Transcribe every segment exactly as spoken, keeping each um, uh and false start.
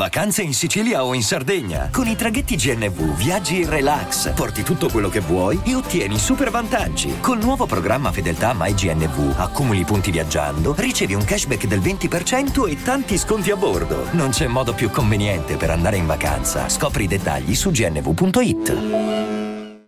Vacanze in Sicilia o in Sardegna. Con i traghetti G N V viaggi in relax, porti tutto quello che vuoi e ottieni super vantaggi. Col nuovo programma Fedeltà MyGNV accumuli punti viaggiando, ricevi un cashback del venti per cento e tanti sconti a bordo. Non c'è modo più conveniente per andare in vacanza. Scopri i dettagli su g n v punto i t.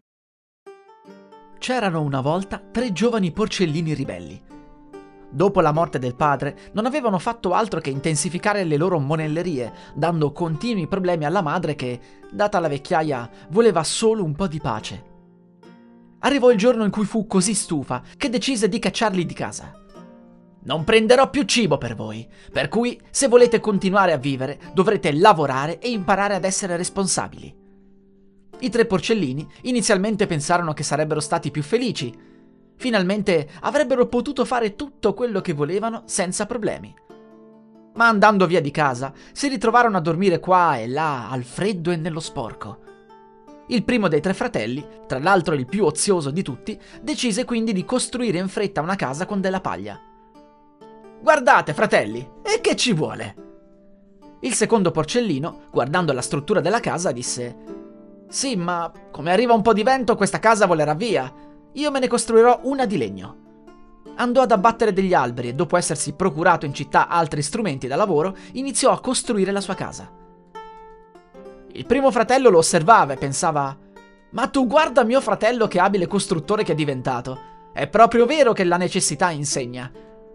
C'erano una volta tre giovani porcellini ribelli. Dopo la morte del padre, non avevano fatto altro che intensificare le loro monellerie, dando continui problemi alla madre che, data la vecchiaia, voleva solo un po' di pace. Arrivò il giorno in cui fu così stufa che decise di cacciarli di casa. Non prenderò più cibo per voi, per cui se volete continuare a vivere dovrete lavorare e imparare ad essere responsabili. I tre porcellini inizialmente pensarono che sarebbero stati più felici. Finalmente avrebbero potuto fare tutto quello che volevano senza problemi. Ma andando via di casa si ritrovarono a dormire qua e là al freddo e nello sporco. Il primo dei tre fratelli, tra l'altro il più ozioso di tutti, decise quindi di costruire in fretta una casa con della paglia. «Guardate, fratelli, e che ci vuole?» Il secondo porcellino, guardando la struttura della casa, disse: «Sì, ma come arriva un po' di vento questa casa volerà via. Io me ne costruirò una di legno». Andò ad abbattere degli alberi e dopo essersi procurato in città altri strumenti da lavoro, iniziò a costruire la sua casa. Il primo fratello lo osservava e pensava: «Ma tu guarda mio fratello che abile costruttore che è diventato. È proprio vero che la necessità insegna».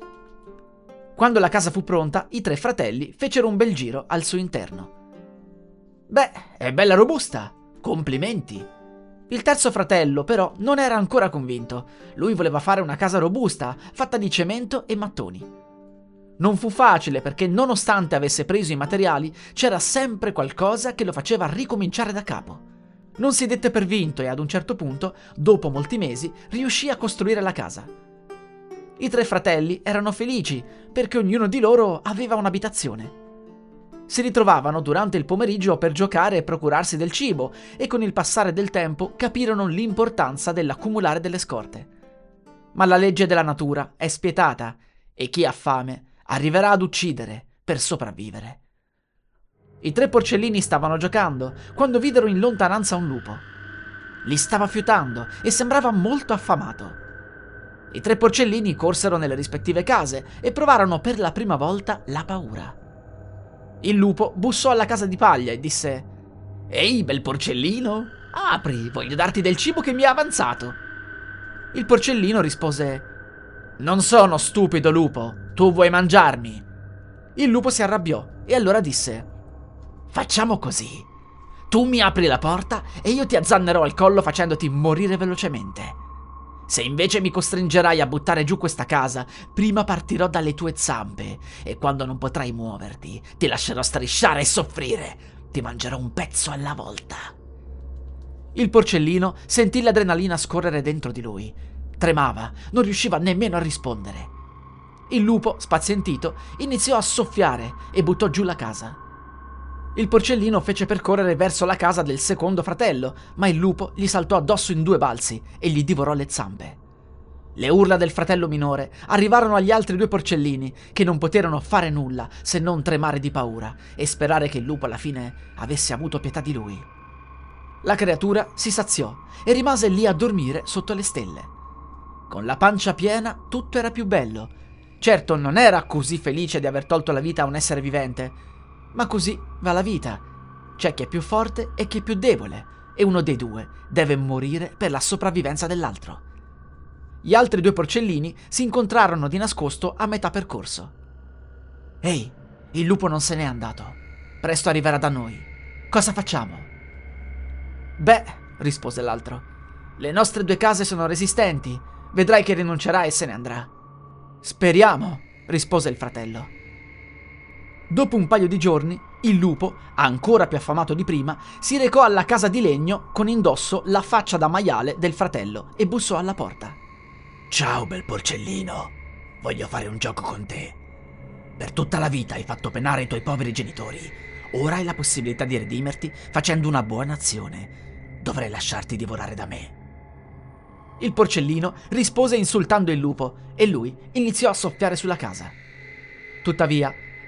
Quando la casa fu pronta, i tre fratelli fecero un bel giro al suo interno. «Beh, è bella robusta. Complimenti». Il terzo fratello, però, non era ancora convinto. Lui voleva fare una casa robusta, fatta di cemento e mattoni. Non fu facile perché, nonostante avesse preso i materiali, c'era sempre qualcosa che lo faceva ricominciare da capo. Non si dette per vinto e ad un certo punto, dopo molti mesi, riuscì a costruire la casa. I tre fratelli erano felici perché ognuno di loro aveva un'abitazione. Si ritrovavano durante il pomeriggio per giocare e procurarsi del cibo e con il passare del tempo capirono l'importanza dell'accumulare delle scorte. Ma la legge della natura è spietata e chi ha fame arriverà ad uccidere per sopravvivere. I tre porcellini stavano giocando quando videro in lontananza un lupo. Li stava fiutando e sembrava molto affamato. I tre porcellini corsero nelle rispettive case e provarono per la prima volta la paura. Il lupo bussò alla casa di paglia e disse: «Ehi, bel porcellino, apri, voglio darti del cibo che mi è avanzato». Il porcellino rispose: «Non sono stupido, lupo, tu vuoi mangiarmi». Il lupo si arrabbiò e allora disse: «Facciamo così, tu mi apri la porta e io ti azzannerò al collo facendoti morire velocemente. Se invece mi costringerai a buttare giù questa casa, prima partirò dalle tue zampe e quando non potrai muoverti, ti lascerò strisciare e soffrire. Ti mangerò un pezzo alla volta». Il porcellino sentì l'adrenalina scorrere dentro di lui. Tremava, non riusciva nemmeno a rispondere. Il lupo, spazientito, iniziò a soffiare e buttò giù la casa. Il porcellino fece percorrere verso la casa del secondo fratello, ma il lupo gli saltò addosso in due balzi e gli divorò le zampe. Le urla del fratello minore arrivarono agli altri due porcellini, che non poterono fare nulla se non tremare di paura e sperare che il lupo alla fine avesse avuto pietà di lui. La creatura si saziò e rimase lì a dormire sotto le stelle. Con la pancia piena tutto era più bello. Certo, non era così felice di aver tolto la vita a un essere vivente, ma così va la vita. C'è chi è più forte e chi è più debole, e uno dei due deve morire per la sopravvivenza dell'altro. Gli altri due porcellini si incontrarono di nascosto a metà percorso. «Ehi, il lupo non se n'è andato. Presto arriverà da noi. Cosa facciamo?» «Beh», rispose l'altro, «le nostre due case sono resistenti. Vedrai che rinuncerà e se ne andrà». «Speriamo», rispose il fratello. Dopo un paio di giorni, il lupo, ancora più affamato di prima, si recò alla casa di legno con indosso la faccia da maiale del fratello e bussò alla porta. «Ciao, bel porcellino, voglio fare un gioco con te. Per tutta la vita hai fatto penare i tuoi poveri genitori. Ora hai la possibilità di redimerti facendo una buona azione. Dovrei lasciarti divorare da me». Il porcellino rispose insultando il lupo e lui iniziò a soffiare sulla casa. Tuttavia,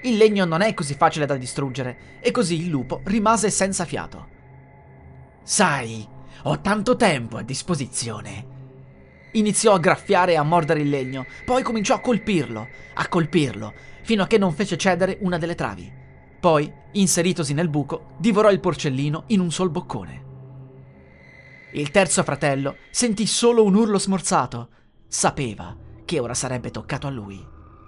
Il legno non è così facile da distruggere, e così il lupo rimase senza fiato. «Sai, ho tanto tempo a disposizione». Iniziò a graffiare e a mordere il legno, poi cominciò a colpirlo, a colpirlo, fino a che non fece cedere una delle travi. Poi, inseritosi nel buco, divorò il porcellino in un sol boccone. Il terzo fratello sentì solo un urlo smorzato. Sapeva che ora sarebbe toccato a lui.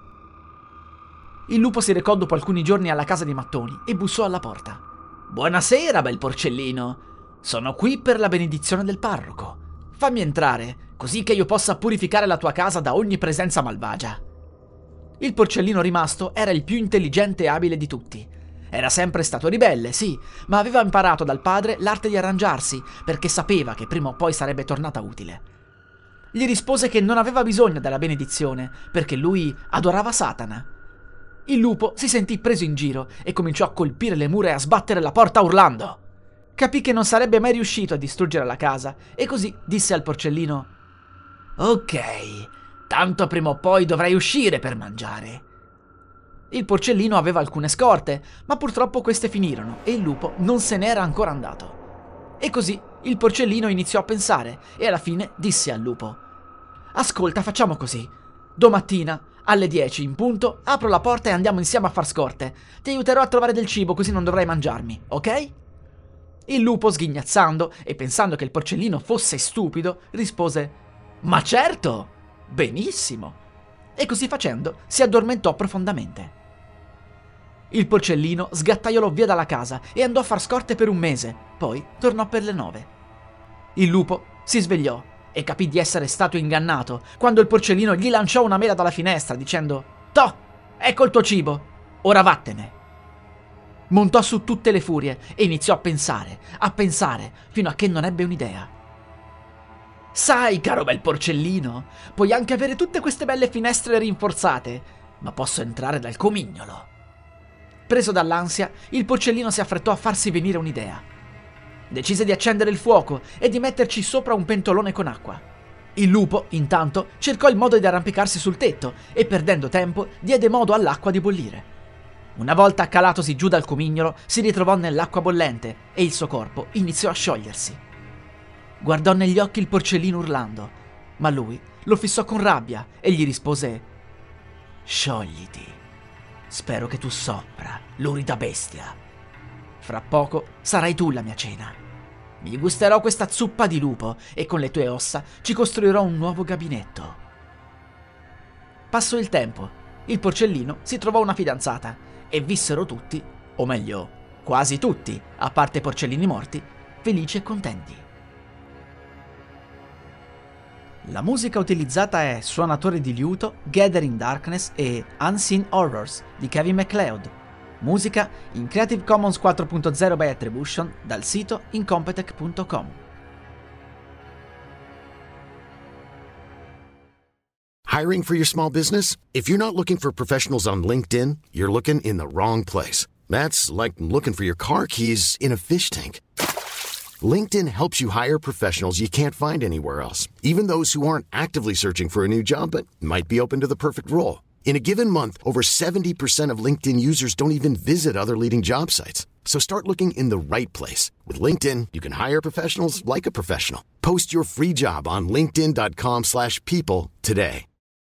Il lupo si recò dopo alcuni giorni alla casa di Mattoni e bussò alla porta. «Buonasera, bel porcellino. Sono qui per la benedizione del parroco. Fammi entrare, così che io possa purificare la tua casa da ogni presenza malvagia». Il porcellino rimasto era il più intelligente e abile di tutti. Era sempre stato ribelle, sì, ma aveva imparato dal padre l'arte di arrangiarsi, perché sapeva che prima o poi sarebbe tornata utile. Gli rispose che non aveva bisogno della benedizione, perché lui adorava Satana. Il lupo si sentì preso in giro e cominciò a colpire le mura e a sbattere la porta urlando. Capì che non sarebbe mai riuscito a distruggere la casa e così disse al porcellino: «Ok, tanto prima o poi dovrai uscire per mangiare». Il porcellino aveva alcune scorte, ma purtroppo queste finirono e il lupo non se n'era ancora andato. E così il porcellino iniziò a pensare e alla fine disse al lupo: «Ascolta, facciamo così. Domattina, alle dieci in punto, apro la porta e andiamo insieme a far scorte. Ti aiuterò a trovare del cibo, così non dovrai mangiarmi, ok?» Il lupo, sghignazzando e pensando che il porcellino fosse stupido, rispose: «Ma certo! Benissimo!» E così facendo si addormentò profondamente. Il porcellino sgattaiolò via dalla casa e andò a far scorte per un mese, poi tornò per le nove. Il lupo si svegliò e capì di essere stato ingannato quando il porcellino gli lanciò una mela dalla finestra dicendo: «Toh, ecco il tuo cibo, ora vattene». Montò su tutte le furie e iniziò a pensare, a pensare, fino a che non ebbe un'idea. «Sai, caro bel porcellino, puoi anche avere tutte queste belle finestre rinforzate, ma posso entrare dal comignolo». Preso dall'ansia, il porcellino si affrettò a farsi venire un'idea. Decise di accendere il fuoco e di metterci sopra un pentolone con acqua. Il lupo, intanto, cercò il modo di arrampicarsi sul tetto e, perdendo tempo, diede modo all'acqua di bollire. Una volta calatosi giù dal comignolo, si ritrovò nell'acqua bollente e il suo corpo iniziò a sciogliersi. Guardò negli occhi il porcellino urlando, ma lui lo fissò con rabbia e gli rispose: «Sciogliti. Spero che tu soffra, lurida bestia. Fra poco sarai tu la mia cena. Mi gusterò questa zuppa di lupo e con le tue ossa ci costruirò un nuovo gabinetto». Passò il tempo, il porcellino si trovò una fidanzata e vissero tutti, o meglio, quasi tutti, a parte porcellini morti, felici e contenti. La musica utilizzata è Suonatore di liuto, Gathering Darkness e Unseen Horrors di Kevin MacLeod. Musica in Creative Commons quattro punto zero by Attribution dal sito incompetech punto com. Hiring for your small business? If you're not looking for professionals on LinkedIn, you're looking in the wrong place. That's like looking for your car keys in a fish tank. LinkedIn helps you hire professionals you can't find anywhere else, even those who aren't actively searching for a new job but might be open to the perfect role. In a given month, over seventy percent of LinkedIn users don't even visit other leading job sites. So start looking in the right place. With LinkedIn, you can hire professionals like a professional. Post your free job on linkedin dot com slash people today.